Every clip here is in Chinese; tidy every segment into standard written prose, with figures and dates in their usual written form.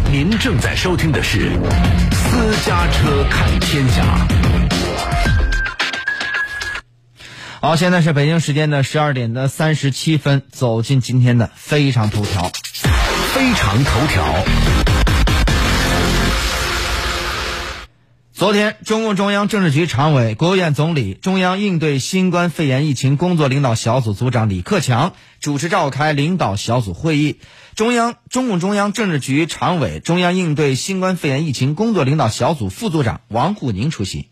您正在收听的是私家车看天下。 好，现在是北京时间的12点37分，走进今天的非常头条。 非常头条。 昨天，中共中央政治局常委、国务院总理、中央应对新冠肺炎疫情工作领导小组组长李克强主持召开领导小组会议，中共中央政治局常委、中央应对新冠肺炎疫情工作领导小组副组长王沪宁出席。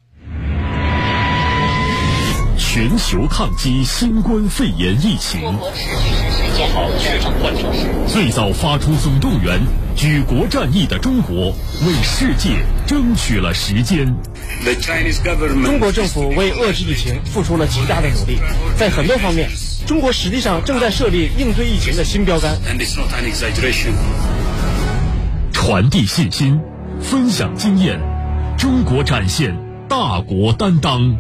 全球抗击新冠肺炎疫情，做好确诊患者，最早发出总动员举国战役的中国，为世界争取了时间。 中国政府为遏制疫情付出了极大的努力，在很多方面，中国实际上正在设立应对疫情的新标杆。 传递信心，分享经验，中国展现大国担当。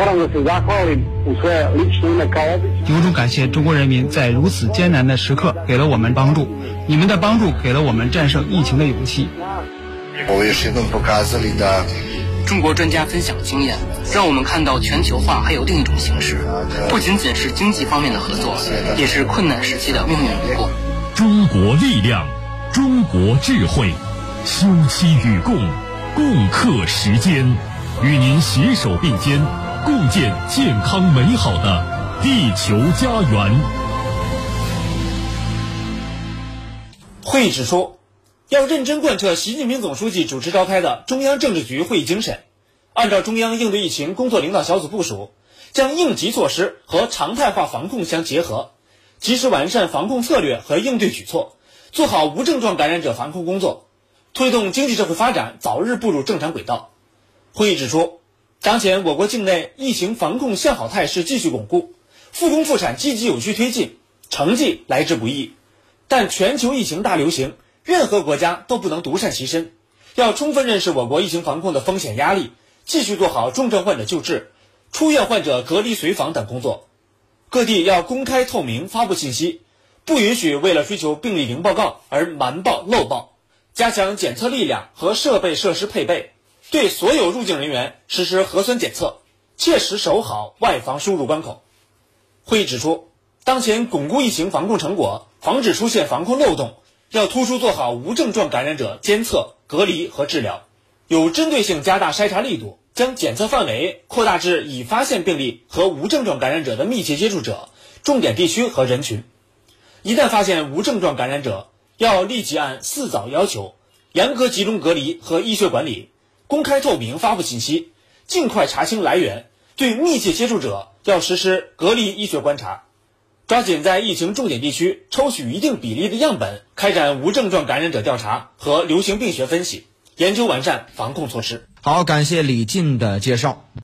由衷感谢中国人民在如此艰难的时刻给了我们帮助，你们的帮助给了我们战胜疫情的勇气。 中国专家分享经验，让我们看到全球化还有另一种形式，不仅仅是经济方面的合作，也是困难时期的命运与共。 中国力量，中国智慧，休戚与共，共克时艰，与您携手并肩，共建健康美好的地球家园。 会议指出，要认真贯彻习近平总书记主持召开的中央政治局会议精神，按照中央应对疫情工作领导小组部署，将应急措施和常态化防控相结合，及时完善防控策略和应对举措，做好无症状感染者防控工作，推动经济社会发展早日步入正常轨道。会议指出，当前我国境内疫情防控向好态势继续巩固，复工复产积极有序推进，成绩来之不易。但全球疫情大流行，任何国家都不能独善其身，要充分认识我国疫情防控的风险压力，继续做好重症患者救治、出院患者隔离随访等工作。各地要公开透明发布信息，不允许为了追求病例零报告而瞒报漏报，加强检测力量和设备设施配备，对所有入境人员实施核酸检测，切实守好外防输入关口。会议指出，当前巩固疫情防控成果，防止出现防控漏洞，要突出做好无症状感染者监测、隔离和治疗，有针对性加大筛查力度，将检测范围扩大至已发现病例和无症状感染者的密切接触者、重点地区和人群。一旦发现无症状感染者，要立即按4早要求，严格集中隔离和医学管理，公开透明发布信息，尽快查清来源，对密切接触者要实施隔离医学观察，抓紧在疫情重点地区抽取一定比例的样本，开展无症状感染者调查和流行病学分析，研究完善防控措施。 好，感谢李进的介绍。